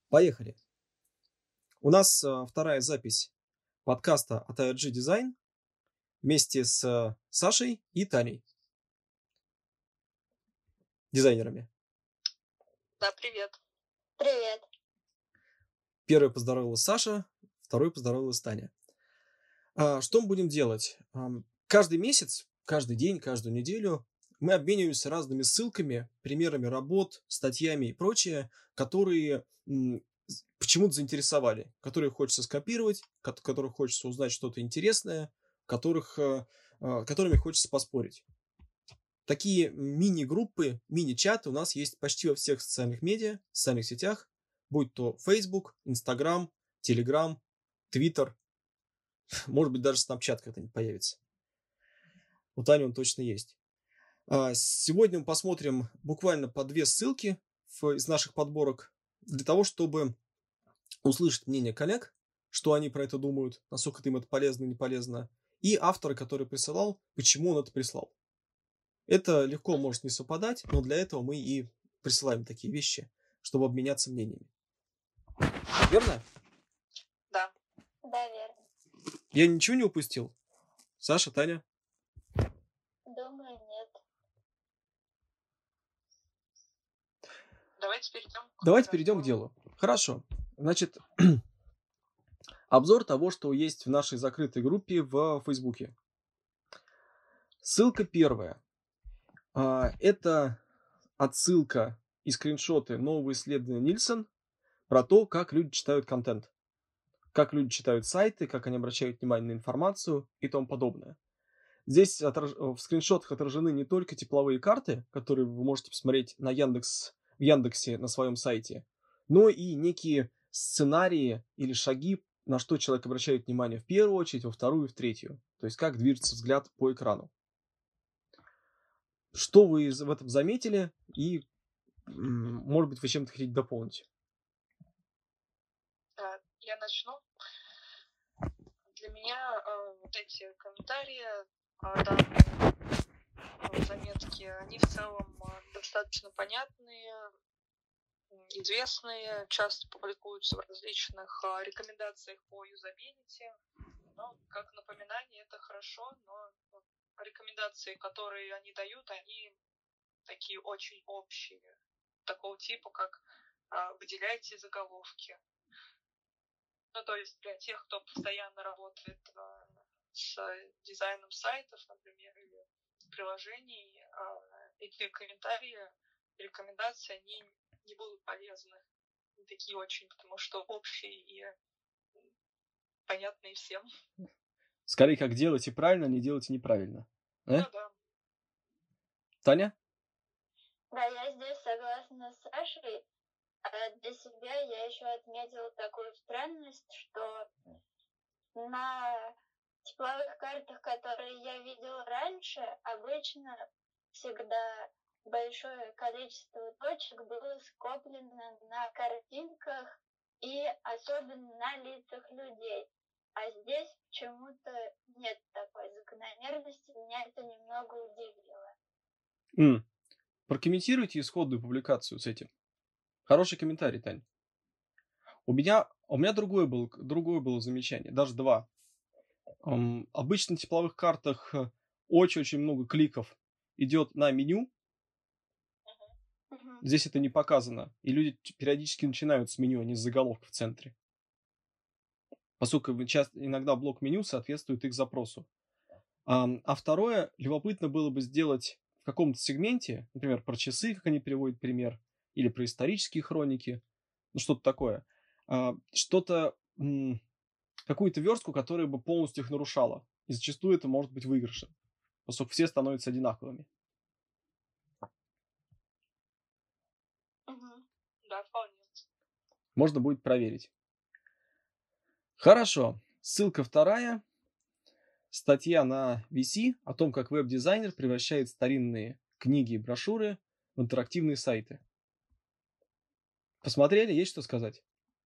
Поехали. У нас вторая запись подкаста от IRG Design вместе с Сашей и Таней, дизайнерами. Да, привет. Привет. Первой поздоровалась Саша, второй поздоровалась Таня. Что мы будем делать? Каждый месяц, каждый день, каждую неделю мы обмениваемся разными ссылками, примерами работ, статьями и прочее, которые почему-то заинтересовали, которые хочется скопировать, которых хочется узнать что-то интересное, которыми хочется поспорить. Такие мини-группы, мини-чаты у нас есть почти во всех социальных медиа, социальных сетях, будь то Facebook, Instagram, Telegram, Twitter, может быть, даже Snapchat когда-нибудь появится. У Тани он точно есть. Сегодня мы посмотрим буквально по 2 ссылки из наших подборок для того, чтобы услышать мнение коллег, что они про это думают, насколько им это полезно или не полезно, и автора, который присылал, почему он это прислал. Это легко может не совпадать, но для этого мы и присылаем такие вещи, чтобы обменяться мнениями. Верно? Да. Да, верно. Я ничего не упустил? Саша, Таня? Думаю, нет. Давайте перейдем к делу. Хорошо. Значит, обзор того, что есть в нашей закрытой группе в Фейсбуке. Ссылка первая. Это отсылка и скриншоты нового исследования Нильсон про то, как люди читают контент. Как люди читают сайты, как они обращают внимание на информацию и тому подобное. Здесь в скриншотах отражены не только тепловые карты, которые вы можете посмотреть в Яндексе на своем сайте, но и некие сценарии или шаги, на что человек обращает внимание в первую очередь, во вторую и в третью. То есть как движется взгляд по экрану. Что вы в этом заметили и, может быть, вы чем-то хотите дополнить? Я начну. Для меня вот эти комментарии, данные заметки, они в целом достаточно понятные, известные, часто публикуются в различных рекомендациях по юзабилити. Но как напоминание это хорошо, но рекомендации, которые они дают, они такие очень общие, такого типа, как выделяйте заголовки. Ну, то есть для тех, кто постоянно работает с дизайном сайтов, например, или приложений, эти комментарии, рекомендации, они не будут полезны. Они такие очень, потому что общие и понятные всем. Скорее, как делайте правильно, не делайте неправильно. Ну да. Таня? Да, я здесь согласна с Сашей. Для себя я еще отметила такую странность, что на тепловых картах, которые я видела раньше, обычно всегда большое количество точек было скоплено на картинках и особенно на лицах людей. А здесь почему-то нет такой закономерности, меня это немного удивило. Прокомментируйте исходную публикацию с этим. Хороший комментарий, Тань. У меня другое было замечание, даже два. Обычно на тепловых картах очень-очень много кликов идет на меню. Здесь это не показано. И люди периодически начинают с меню, а не с заголовка в центре. Поскольку иногда блок меню соответствует их запросу. А второе, любопытно было бы сделать в каком-то сегменте, например, про часы, как они приводят пример, или про исторические хроники, ну что-то такое, какую-то верстку, которая бы полностью их нарушала. И зачастую это может быть выигрышем, поскольку все становятся одинаковыми. Да, вполне. Можно будет проверить. Хорошо. Ссылка вторая. Статья на VC о том, как веб-дизайнер превращает старинные книги и брошюры в интерактивные сайты. Посмотрели? Есть что сказать?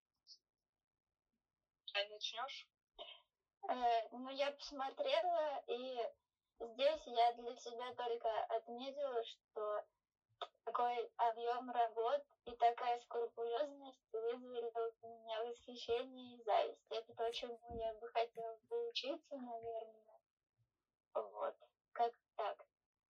Начнешь? Я посмотрела, и здесь я для себя только отметила, что такой объем работ и такая скрупулезность вызвали у меня восхищение и зависть. Это то, чему я бы хотела поучиться, наверное. Вот, как так.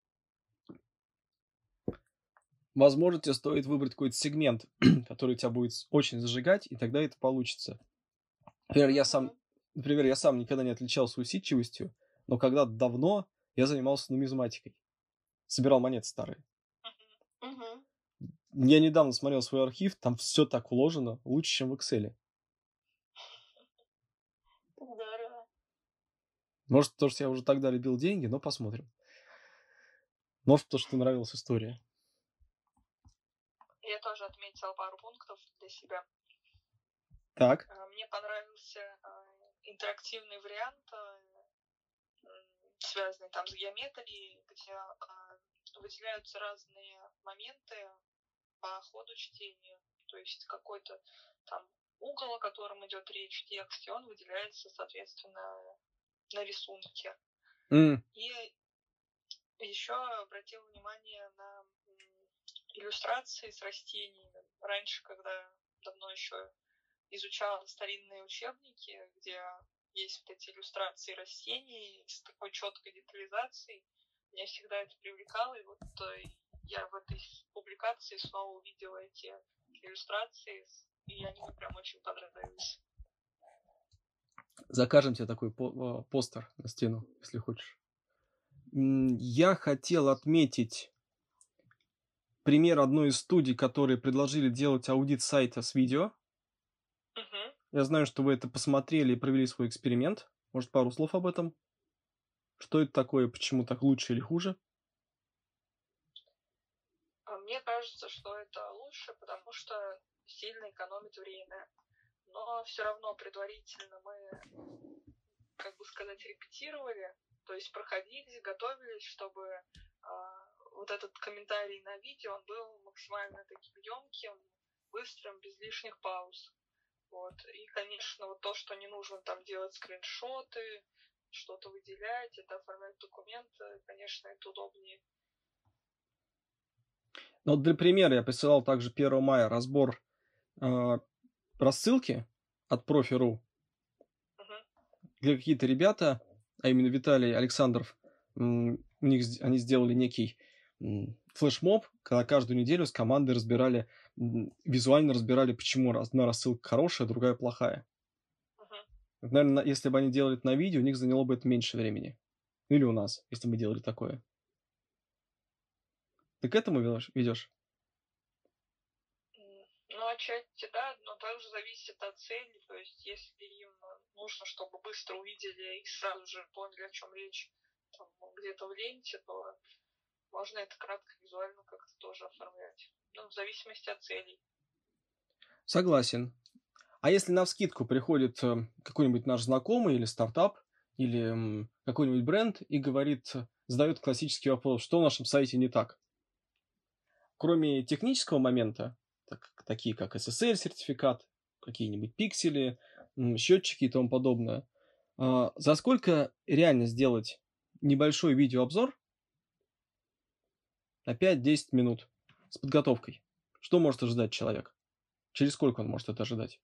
Возможно, тебе стоит выбрать какой-то сегмент, который тебя будет очень зажигать, и тогда это получится. Например, я сам никогда не отличался усидчивостью, но когда-то давно я занимался нумизматикой. Собирал монеты старые. Я недавно смотрел свой архив, там все так уложено, лучше, чем в Excel. Здорово. Может, потому что я уже тогда любил деньги, но посмотрим. Может, потому что нравилась история. Я тоже отметила пару пунктов для себя. Так. Мне понравился интерактивный вариант, связанный там с геометрией, где выделяются разные моменты по ходу чтения. То есть какой-то там угол, о котором идет речь в тексте, он выделяется, соответственно, на рисунке. И еще обратил внимание на иллюстрации с растениями. Раньше, когда давно еще изучала старинные учебники, где есть вот эти иллюстрации растений с такой четкой детализацией, меня всегда это привлекало, и вот я в этой публикации снова увидела эти иллюстрации, и они мне прям очень понравились. Закажем тебе такой постер на стену, если хочешь. Я хотел отметить пример одной из студий, которые предложили делать аудит сайта с видео. Я знаю, что вы это посмотрели и провели свой эксперимент. Может, пару слов об этом? Что это такое, почему так лучше или хуже? Мне кажется, что это лучше, потому что сильно экономит время. Но все равно предварительно мы, как бы сказать, репетировали, то есть проходились, готовились, чтобы вот этот комментарий на видео, он был максимально таким емким, быстрым, без лишних пауз. Вот. И, конечно, вот то, что не нужно там делать скриншоты, что-то выделять, это оформлять документы, конечно, это удобнее. Ну, для примера я присылал также 1 мая разбор рассылки от Profi.ru, где какие-то ребята, а именно Виталий Александров, они сделали некий флешмоб, когда каждую неделю с командой визуально разбирали, почему одна рассылка хорошая, другая плохая. Наверное, если бы они делали это на видео, у них заняло бы это меньше времени. Или у нас, если мы делали такое. Ты к этому ведешь? Ну, отчасти да, но также зависит от цели. То есть, если им нужно, чтобы быстро увидели и сразу же поняли, о чем речь, там, где-то в ленте, то можно это кратко визуально как-то тоже оформлять. Ну, в зависимости от целей. Согласен. А если навскидку приходит какой-нибудь наш знакомый или стартап, или какой-нибудь бренд и задает классический вопрос, что в нашем сайте не так? Кроме технического момента, такие как SSL-сертификат, какие-нибудь пиксели, счетчики и тому подобное, за сколько реально сделать небольшой видеообзор на 5-10 минут с подготовкой? Что может ожидать человек? Через сколько он может это ожидать?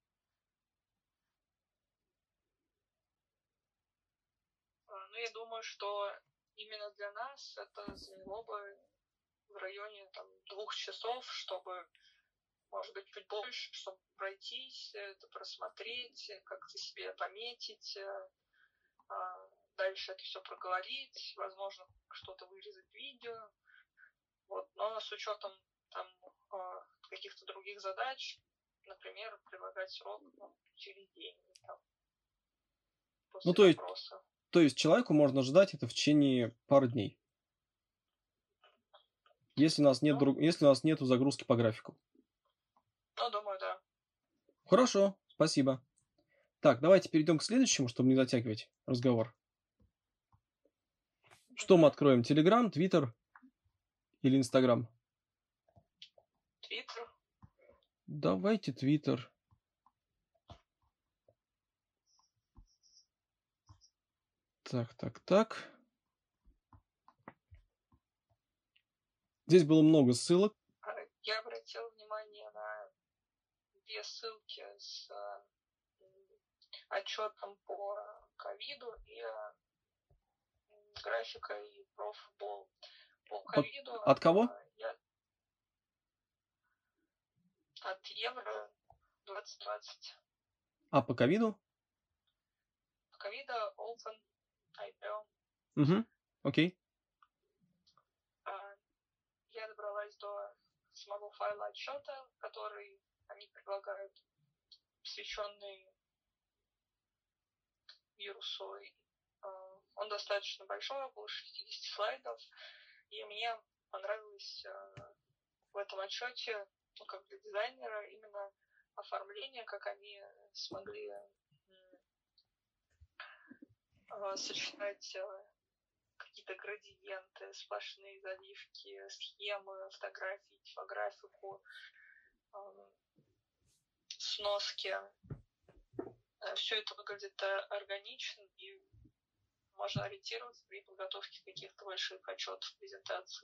Ну, я думаю, что именно для нас это заняло бы в районе 2 часов, чтобы, может быть, чуть больше, чтобы пройтись, это просмотреть, как-то себе пометить, дальше это все проговорить, возможно, что-то вырезать в видео. Вот. Но с учетом каких-то других задач, например, предлагать срок через день после запроса. То есть человеку можно ждать это в течение пары дней, если у нас нету загрузки по графику. Ну, думаю, да. Хорошо, спасибо. Так, давайте перейдем к следующему, чтобы не затягивать разговор. Что мы откроем? Telegram, Twitter или Instagram? Twitter. Давайте Twitter. Так. Здесь было много ссылок. Я обратил внимание на 2 ссылки с отчетом по ковиду и графикой про футбол. По ковиду От кого? От Евро 2020. А по ковиду? По ковиду Open IPO. Угу, окей. Я добралась до самого файла отчета, который они предлагают, посвященный вирусу. Он достаточно большой, около 60 слайдов, и мне понравилось в этом отчете, как для дизайнера, именно оформление, как они смогли сочетать какие-то градиенты, сплошные заливки, схемы, фотографии, типографику, сноски. Все это выглядит органично, и можно ориентироваться при подготовке каких-то больших отчетов, презентаций.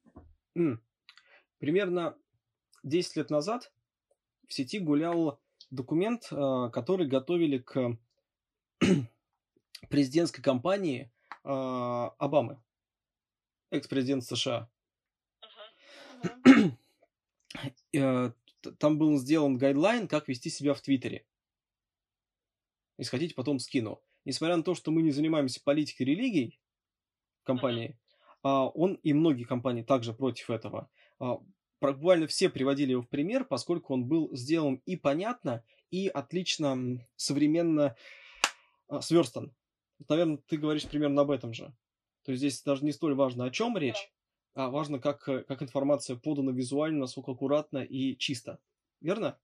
Примерно 10 лет назад в сети гулял документ, который готовили к президентской кампании Обамы, экс-президент США. Там был сделан гайдлайн, как вести себя в Твиттере. Если хотите, потом скину. Несмотря на то, что мы не занимаемся политикой и религией в компании, он и многие компании также против этого. Буквально все приводили его в пример, поскольку он был сделан и понятно, и отлично современно сверстан. Наверное, ты говоришь примерно об этом же. То есть здесь даже не столь важно, о чем речь, а важно, как информация подана визуально, насколько аккуратно и чисто. Верно?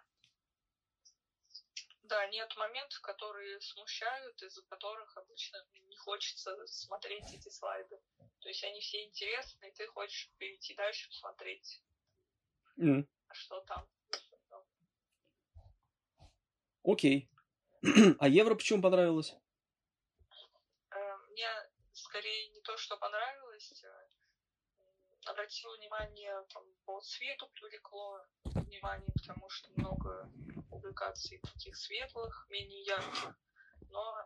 Да, нет моментов, которые смущают, из-за которых обычно не хочется смотреть эти слайды. То есть они все интересны, и ты хочешь перейти дальше, посмотреть, что там. Окей. А евро почему понравилось? Мне скорее не то, что понравилось. Обратила внимание, там, по цвету привлекло внимание, потому что много публикаций таких светлых, менее ярких. Но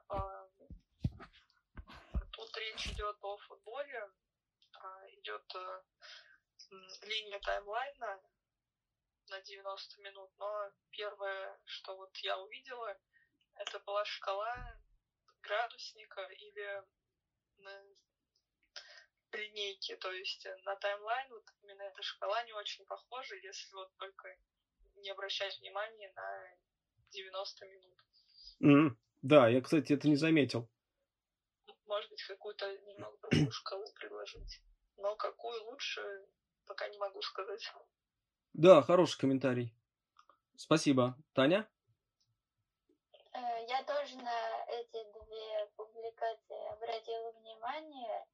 тут речь идет о футболе, идет линия таймлайна на 90 минут, но первое, что вот я увидела, это была шкала градусника или линейки, то есть на таймлайн вот именно эта шкала не очень похожа, если вот только не обращать внимания на 90 минут. Да, я, кстати, это не заметил. Может быть, какую-то немного другую шкалу предложить. Но какую лучше, пока не могу сказать. Да, хороший комментарий. Спасибо. Таня? Я тоже на эти 2 публикации обратила внимание.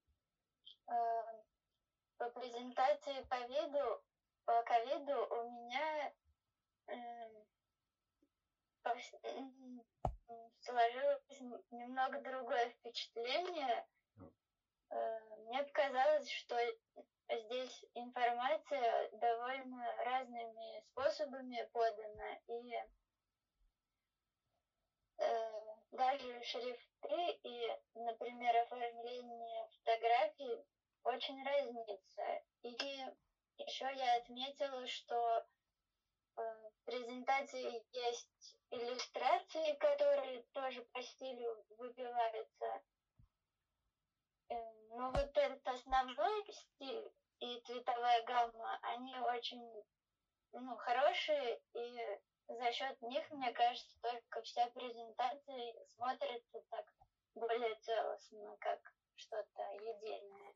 По презентации по ковиду у меня сложилось немного другое впечатление. Мне показалось, что здесь информация довольно разными способами подана, и даже шрифты и, например, оформление фотографий очень разнится. И еще я отметила, что в презентации есть иллюстрации, которые тоже по стилю выбиваются. Но вот этот основной стиль и цветовая гамма, они очень хорошие, и за счет них, мне кажется, только вся презентация смотрится так более целостно, как что-то единое.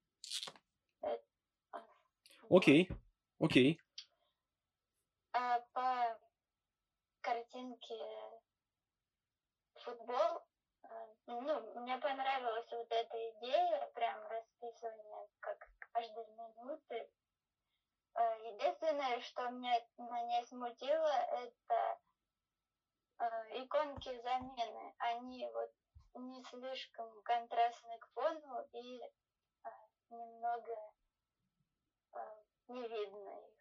Окей. А по картинке футбол, мне понравилась вот эта идея, прям расписывание как каждой минуты. Единственное, что меня на ней смутило, это иконки замены. Они вот не слишком контрастны к фону и немного не видно их.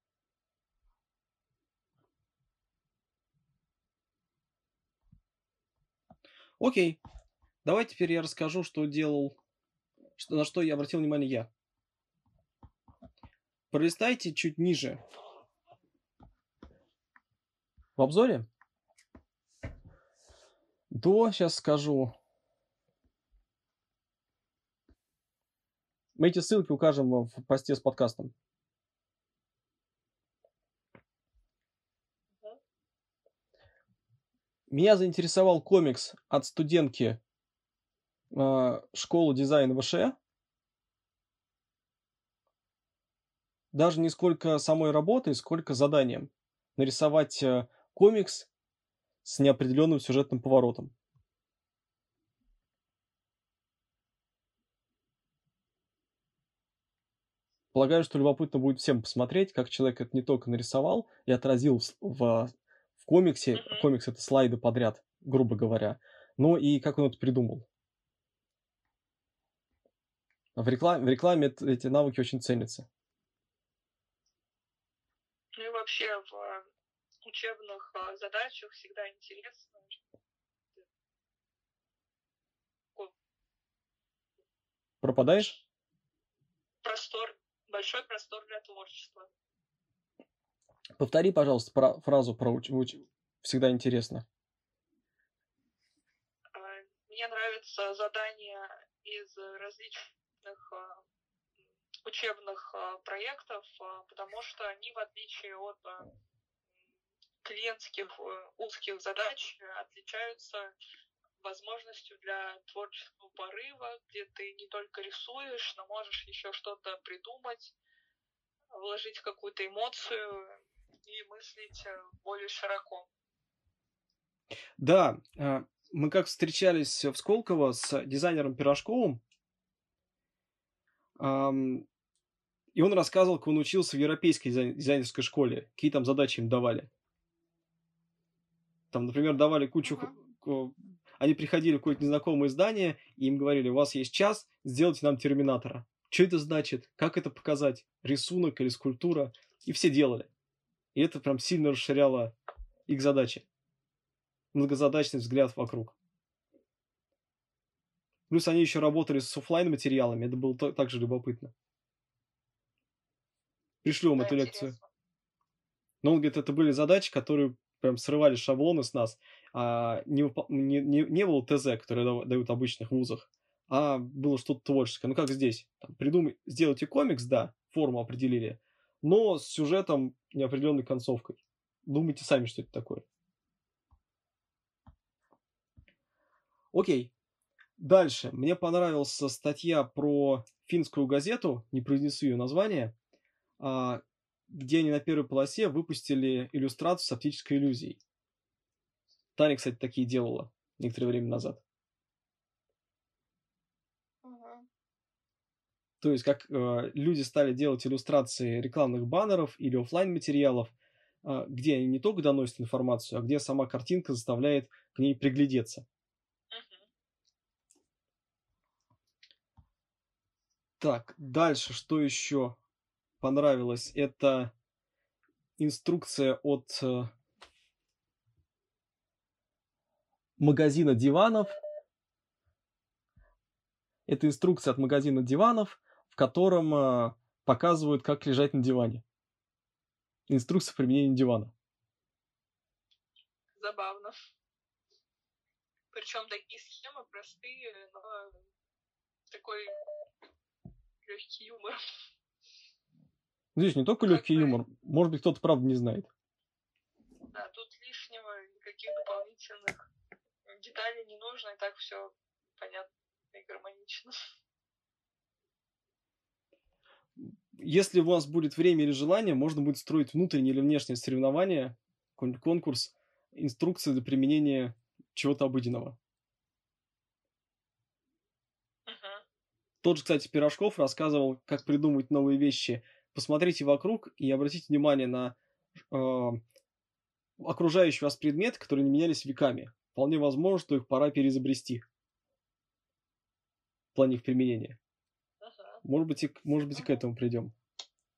Окей. Давай теперь я расскажу, что делал, на что я обратил внимание я. Пролистайте чуть ниже. В обзоре сейчас скажу. Мы эти ссылки укажем в посте с подкастом. Меня заинтересовал комикс от студентки школы дизайна ВШЭ. Даже не сколько самой работой, сколько заданием. Нарисовать комикс с неопределенным сюжетным поворотом. Полагаю, что любопытно будет всем посмотреть, как человек это не только нарисовал и отразил в комиксе. Комикс — это слайды подряд, грубо говоря, но и как он это придумал. В рекламе эти навыки очень ценятся. Ну и вообще в учебных задачах всегда интересно. Пропадаешь? Большой простор для творчества. Повтори, пожалуйста, фразу про всегда интересно. Мне нравятся задания из различных учебных проектов, потому что они, в отличие от клиентских узких задач, отличаются возможностью для творческого порыва, где ты не только рисуешь, но можешь еще что-то придумать, вложить какую-то эмоцию и мыслить более широко. Да, мы как встречались в Сколково с дизайнером Пирожковым, и он рассказывал, как он учился в европейской дизайнерской школе, какие там задачи им давали. Там, например, давали кучу... Они приходили в какое-то незнакомое здание, и им говорили: у вас есть час, сделайте нам Терминатора. Что это значит? Как это показать? Рисунок или скульптура? И все делали. И это прям сильно расширяло их задачи. Многозадачный взгляд вокруг. Плюс они еще работали с офлайн-материалами. Это было также любопытно. Пришлю вам эту лекцию. Но он говорит, это были задачи, которые прям срывали шаблоны с нас. Не было ТЗ, которые дают в обычных вузах, а было что-то творческое. Ну, как здесь. Сделайте комикс, да, форму определили, но с сюжетом неопределенной концовкой. Думайте сами, что это такое. Окей. Дальше. Мне понравилась статья про финскую газету, не произнесу ее название, где они на первой полосе выпустили иллюстрацию с оптической иллюзией. Таня, кстати, такие делала некоторое время назад. То есть, как люди стали делать иллюстрации рекламных баннеров или офлайн-материалов, где они не только доносят информацию, а где сама картинка заставляет к ней приглядеться. Так, дальше, что еще понравилось? Это инструкция от магазина диванов. Это инструкция от магазина диванов, в котором показывают, как лежать на диване. Инструкция применения дивана. Забавно. Причем такие схемы простые, но такой легкий юмор. Здесь не только легкий юмор, может быть, кто-то правда не знает. Да, тут лишнего, никаких дополнительных деталей не нужно, и так все понятно и гармонично. Если у вас будет время или желание, можно будет строить внутреннее или внешнее соревнование, какой-нибудь конкурс, инструкции для применения чего-то обыденного. Тот же, кстати, Пирожков рассказывал, как придумывать новые вещи. Посмотрите вокруг и обратите внимание на окружающие вас предметы, которые не менялись веками. Вполне возможно, что их пора переизобрести в плане их применения. Может быть, и к этому придем.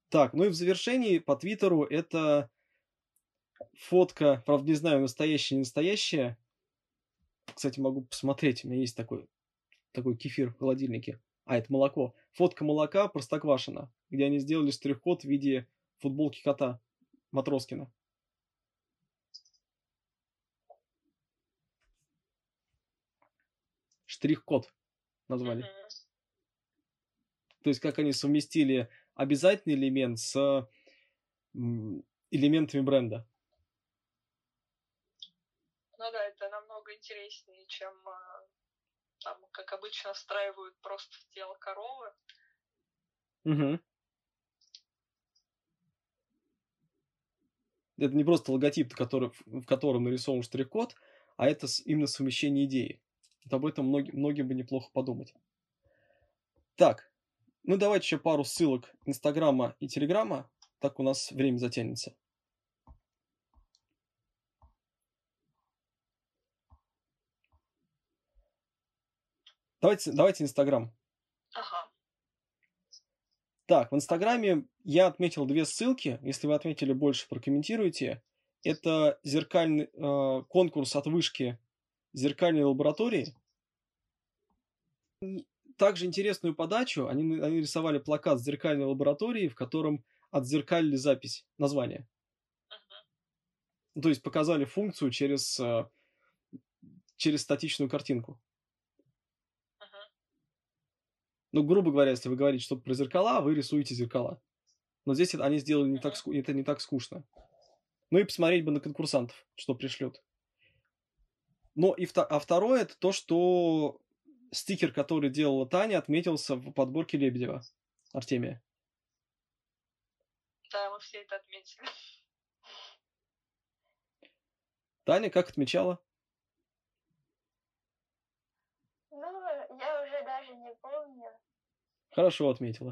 Так, ну и в завершении по Твиттеру это фотка, правда, не знаю, настоящая, не настоящая. Кстати, могу посмотреть, у меня есть такой кефир в холодильнике. А, это молоко. Фотка молока Простоквашино, где они сделали штрих-код в виде футболки кота Матроскина. Штрих-код назвали. То есть, как они совместили обязательный элемент с элементами бренда. Ну да, это намного интереснее, чем там, как обычно, встраивают просто в тело коровы. Угу. Это не просто логотип, в котором нарисован штрих-код, а это именно совмещение идеи. Вот об этом многим бы неплохо подумать. Так, ну давайте еще пару ссылок Инстаграма и Телеграма, так у нас время затянется. Давайте Инстаграм. Ага. Так, в Инстаграме я отметил 2 ссылки. Если вы отметили больше, прокомментируйте. Это зеркальный конкурс от вышки зеркальной лаборатории. Также интересную подачу. Они рисовали плакат с зеркальной лаборатории, в котором отзеркалили запись, название. То есть показали функцию через статичную картинку. Ну, грубо говоря, если вы говорите что-то про зеркала, вы рисуете зеркала. Но здесь они сделали это не так скучно. Ну и посмотреть бы на конкурсантов, что пришлют. Ну и второе, это то, что стикер, который делала Таня, отметился в подборке Лебедева, Артемия. Да, мы все это отметили. Таня, как отмечала? Ну, я уже даже не помню. Хорошо отметила.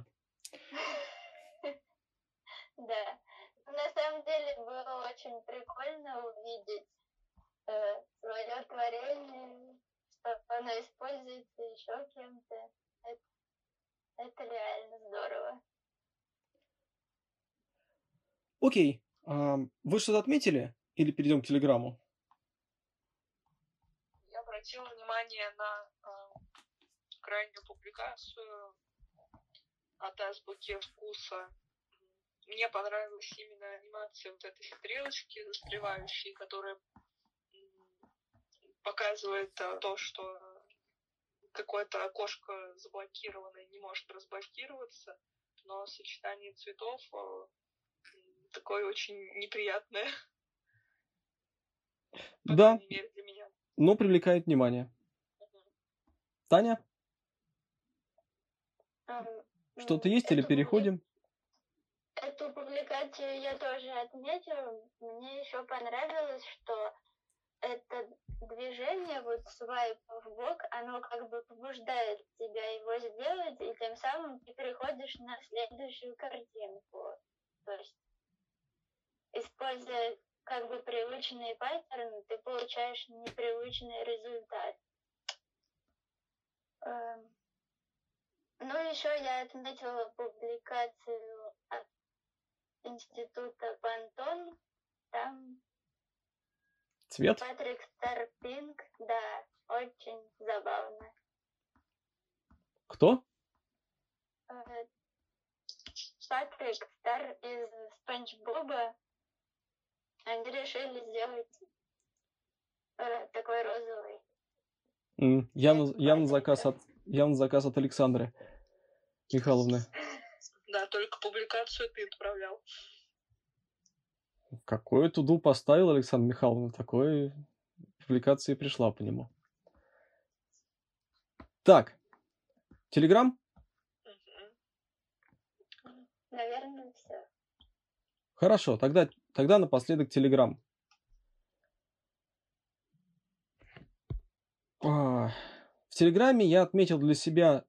Да. На самом деле было очень прикольно увидеть свое творение, что оно используется еще кем-то. Это реально здорово. Окей. Вы что-то отметили? Или перейдем к Телеграму? Я обратила внимание на крайнюю публикацию от Азбуки Вкуса. Мне понравилась именно анимация вот этой стрелочки застревающей, которая показывает то, что какое-то окошко заблокированное не может разблокироваться, но сочетание цветов такое очень неприятное. По крайней мере, для меня. Но привлекает внимание. Таня? Что-то есть или переходим? Эту публикацию я тоже отметила. Мне еще понравилось, что это движение, вот свайп в бок, оно как бы побуждает тебя его сделать, и тем самым ты переходишь на следующую картинку. То есть, используя как бы привычные паттерны, ты получаешь непривычный результат. Ну, еще я отметила публикацию от института Пантон. Там Цвет? Патрик Старпинг, да, очень забавно. Кто? Патрик Стар из Спанч Боба. Они решили сделать такой розовый. Явно заказ от Александры Михайловны. Да, только публикацию ты отправлял. Какую туду поставил Александра Михайловна, такой публикация и пришла по нему. Так, Телеграм? Наверное, все. Хорошо, тогда напоследок Телеграм. В Телеграме я отметил для себя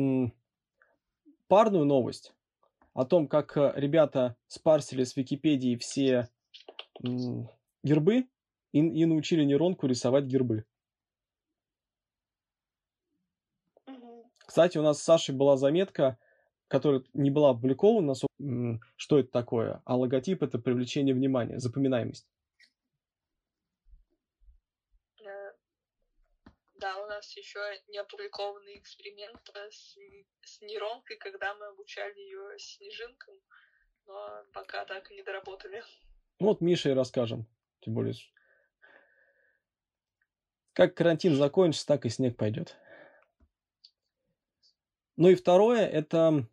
парную новость о том, как ребята спарсили с Википедии все гербы и научили нейронку рисовать гербы. Кстати, у нас с Сашей была заметка, которая не была опубликована, что это такое, а логотип — это привлечение внимания, запоминаемость. Да, у нас еще не опубликованный эксперимент с нейронкой, когда мы обучали ее снежинкам, но пока так и не доработали. Вот Мише и расскажем. Тем более, как карантин закончится, так и снег пойдет. Ну и второе, это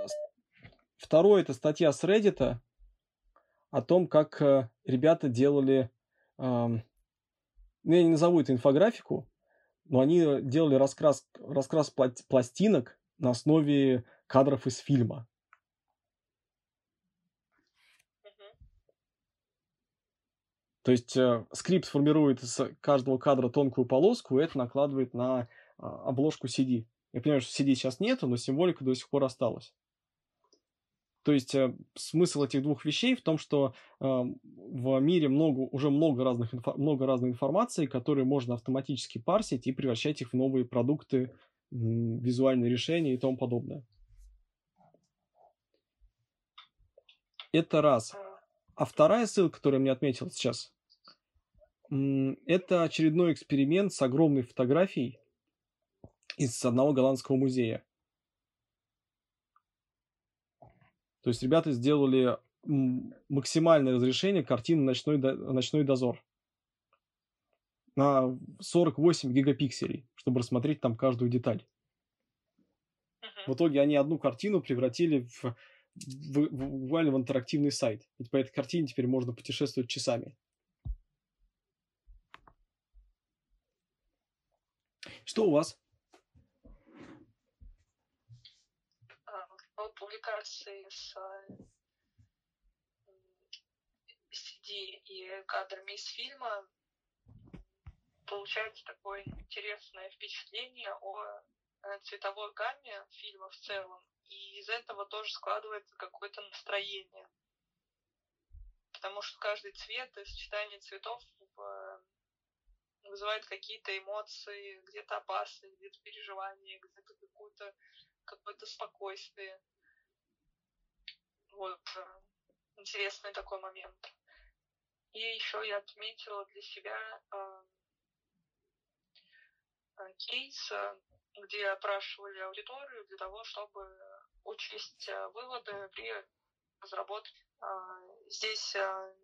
статья с Reddit о том, как ребята делали, я не назову это инфографику, но они делали раскрас пластинок на основе кадров из фильма. То есть скрипт формирует из каждого кадра тонкую полоску, и это накладывает на обложку CD. Я понимаю, что CD сейчас нету, но символика до сих пор осталась. То есть смысл этих двух вещей в том, что в мире уже много разной информации, которые можно автоматически парсить и превращать их в новые продукты, визуальные решения и тому подобное. Это раз. А вторая ссылка, которую я мне отметил сейчас, это очередной эксперимент с огромной фотографией из одного голландского музея. То есть ребята сделали максимальное разрешение картины «Ночной дозор» на 48 гигапикселей, чтобы рассмотреть там каждую деталь. В итоге они одну картину превратили буквально в интерактивный сайт. Ведь по этой картине теперь можно путешествовать часами. Что у вас? Публикации с CD и кадрами из фильма получается такое интересное впечатление о цветовой гамме фильма в целом, и из этого тоже складывается какое-то настроение, потому что каждый цвет и сочетание цветов вызывает какие-то эмоции, где-то опасность, где-то переживание, где-то какое-то спокойствие. Вот, интересный такой момент. И еще я отметила для себя кейс, где опрашивали аудиторию для того, чтобы учесть выводы при разработке. Здесь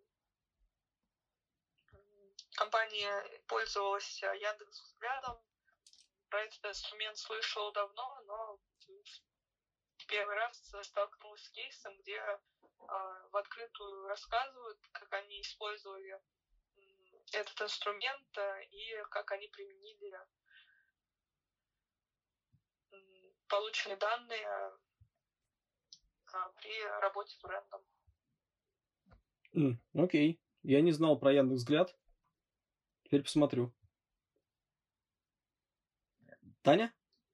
компания пользовалась Яндекс.Взглядом. Про этот инструмент слышала давно, но первый раз столкнулась с кейсом, где в открытую рассказывают, как они использовали этот инструмент и как они применили полученные данные при работе с брендом. Окей. Я не знал про Яндекс.Взгляд. Теперь посмотрю. Таня?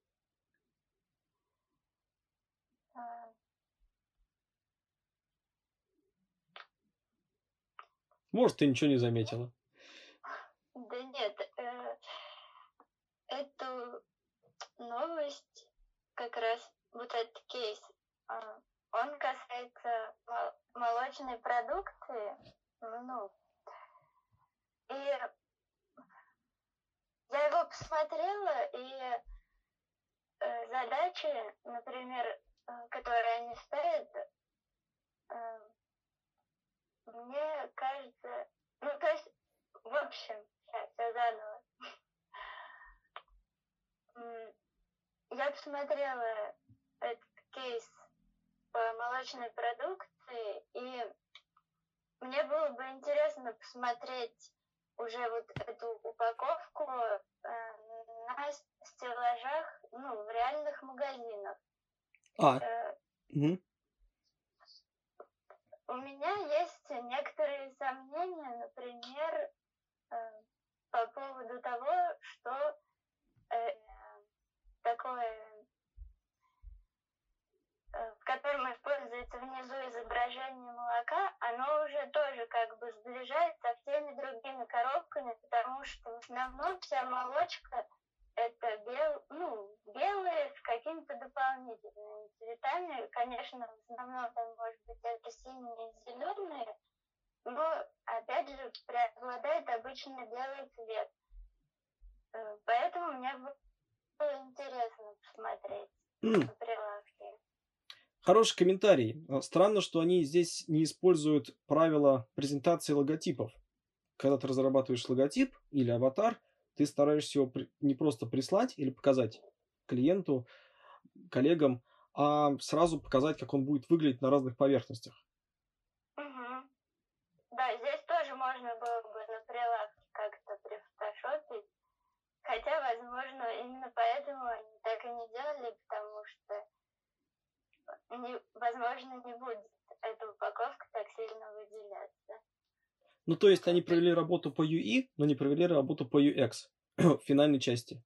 Может, ты ничего не заметила? Да нет, эту новость, как раз вот этот кейс, он касается молочной продукции, и я его посмотрела, и задачи, например, которые они ставят, мне кажется, то есть, в общем, сейчас я заново. Я посмотрела этот кейс по молочной продукции, и мне было бы интересно посмотреть уже вот эту упаковку на стеллажах, в реальных магазинах. У меня есть некоторые сомнения, например, по поводу того, что такое, в котором используется внизу изображение молока, оно уже тоже как бы сближается со всеми другими коробками, потому что в основном вся молочка это белые с какими-то дополнительными цветами. Конечно, в основном там, может быть, это синие и зеленые, но, опять же, преобладает обычно белый цвет. Поэтому мне было интересно посмотреть на прилавки. Хороший комментарий. Странно, что они здесь не используют правила презентации логотипов. Когда ты разрабатываешь логотип или аватар, ты стараешься его не просто прислать или показать клиенту, коллегам, а сразу показать, как он будет выглядеть на разных поверхностях. Угу. Да, здесь тоже можно было бы на прилавке как-то прифотошопить. Хотя, возможно, именно поэтому они так и не делали, потому что, возможно, не будет эта упаковка так сильно выделяться. Ну, то есть они провели работу по UI, но не провели работу по UX в финальной части.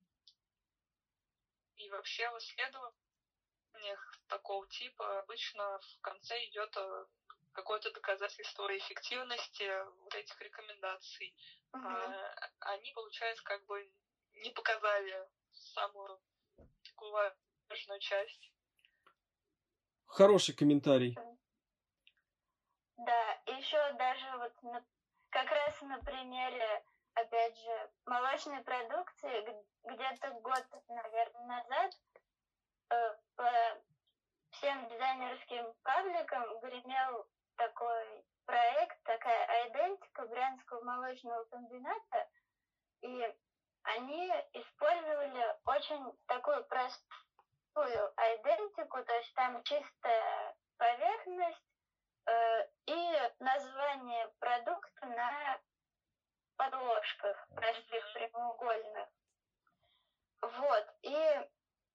И вообще в исследованиях такого типа обычно в конце идет какое-то доказательство эффективности вот этих рекомендаций. Они, получается, как бы не показали самую такую важную часть. Хороший комментарий. Да, еще даже вот как раз на примере, опять же, молочной продукции, где-то год, наверное, назад по всем дизайнерским пабликам гремел такой проект, такая идентика Брянского молочного комбината, и они использовали очень такую простую идентику, то есть там чистая поверхность и название продукта на подложках простых прямоугольных. Вот, и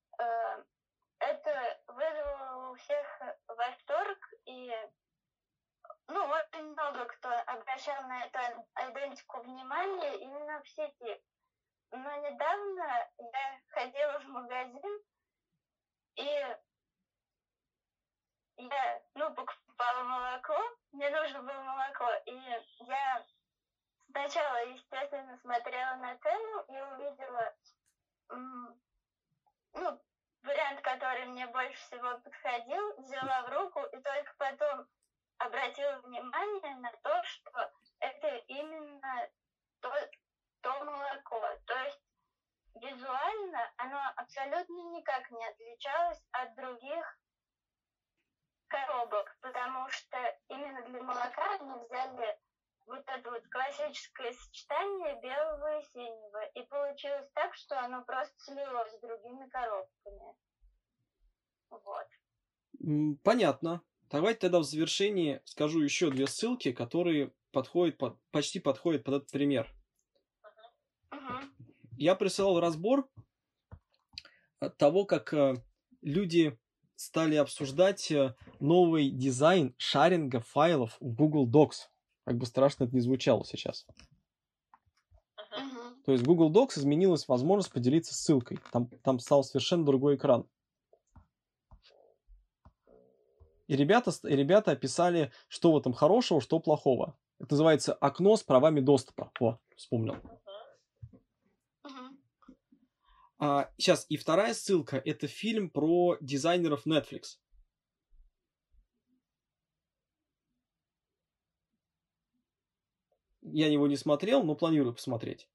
это вызвало у всех восторг, и очень много кто обращал на эту идентику внимание именно в сети. Но недавно я ходила в магазин, и я, покупала молоко, мне нужно было молоко, и я сначала, естественно, смотрела на цену и увидела, вариант, который мне больше всего подходил, взяла в руку и только потом обратила внимание на то, что это именно то молоко. То есть визуально оно абсолютно никак не отличалось от других коробок, потому что именно для молока они взяли вот это вот классическое сочетание белого и синего, и получилось так, что оно просто слилось с другими коробками. Вот. Понятно. Давайте тогда в завершении скажу еще 2 ссылки, которые почти подходят под этот пример. Я присылал разбор того, как люди стали обсуждать новый дизайн шаринга файлов в Google Docs. Как бы страшно это ни звучало сейчас. То есть в Google Docs изменилась возможность поделиться ссылкой. Там стал совершенно другой экран. И ребята описали, что в этом хорошего, что плохого. Это называется окно с правами доступа. О, вспомнил. Сейчас, и вторая ссылка – это фильм про дизайнеров Netflix. Я его не смотрел, но планирую посмотреть.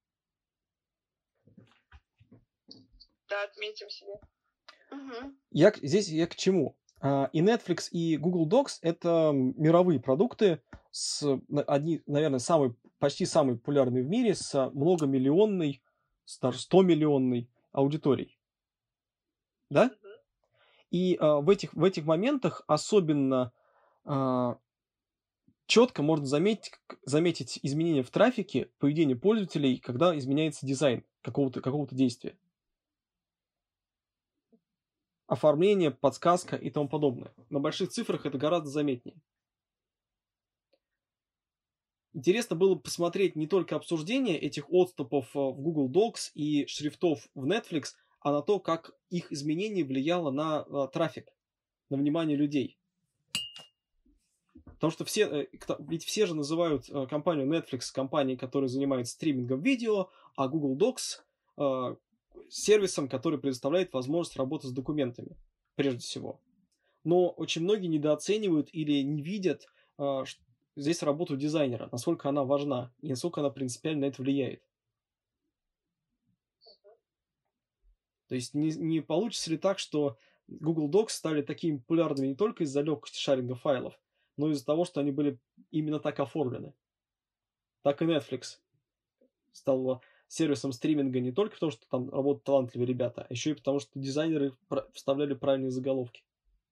Да, отметим себе. Здесь я к чему? И Netflix, и Google Docs – это мировые продукты, наверное, почти самые популярные в мире, с многомиллионной, даже 100-миллионной аудиторией. Да? И в этих моментах особенно четко можно заметить изменения в трафике, поведение пользователей, когда изменяется дизайн какого-то действия. Оформление, подсказка и тому подобное. На больших цифрах это гораздо заметнее. Интересно было посмотреть не только обсуждение этих отступов в Google Docs и шрифтов в Netflix, а на то, как их изменение влияло на трафик, на внимание людей. Потому что все же называют компанию Netflix компанией, которая занимается стримингом видео, а Google Docs сервисом, который предоставляет возможность работы с документами, прежде всего. Но очень многие недооценивают или не видят здесь работу дизайнера, насколько она важна и насколько она принципиально на это влияет. То есть не получится ли так, что Google Docs стали такими популярными не только из-за легкости шаринга файлов, но и из-за того, что они были именно так оформлены. Так и Netflix стал сервисом стриминга не только потому, что там работают талантливые ребята, а еще и потому, что дизайнеры вставляли правильные заголовки.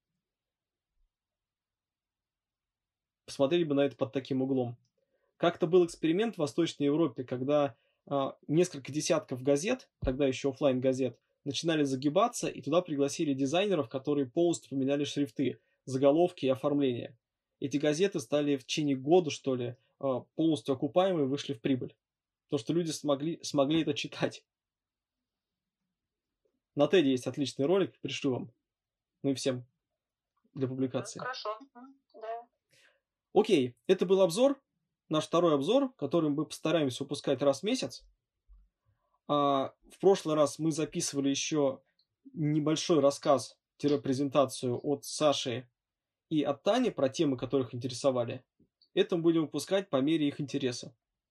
Посмотрели бы на это под таким углом. Как-то был эксперимент в Восточной Европе, когда несколько десятков газет, тогда еще офлайн газет, начинали загибаться, и туда пригласили дизайнеров, которые полностью поменяли шрифты, заголовки и оформление. Эти газеты стали в течение года, что ли, полностью окупаемые и вышли в прибыль. Потому что люди смогли это читать. На TED есть отличный ролик, пришлю вам. Ну и всем для публикации. Хорошо. Да. Окей, это был обзор, наш второй обзор, который мы постараемся выпускать раз в месяц. В прошлый раз мы записывали еще небольшой рассказ-презентацию от Саши и от Тани про темы, которых интересовали. Это мы будем выпускать по мере их интереса.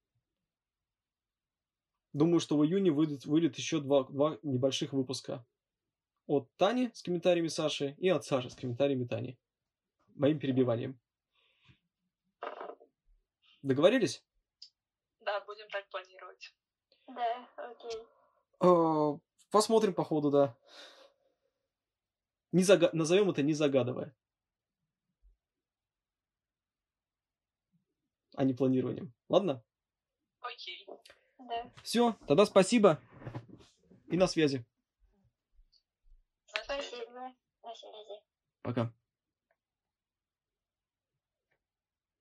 Думаю, что в июне выйдет еще два небольших выпуска. От Тани с комментариями Саши и от Саши с комментариями Тани. Моим перебиванием. Договорились? Да, будем так планировать. Да, окей. Посмотрим по ходу, да. Назовем это не загадывая. А не планированием. Ладно? Окей. Да. Все, тогда спасибо. И на связи. Спасибо. На связи. Пока.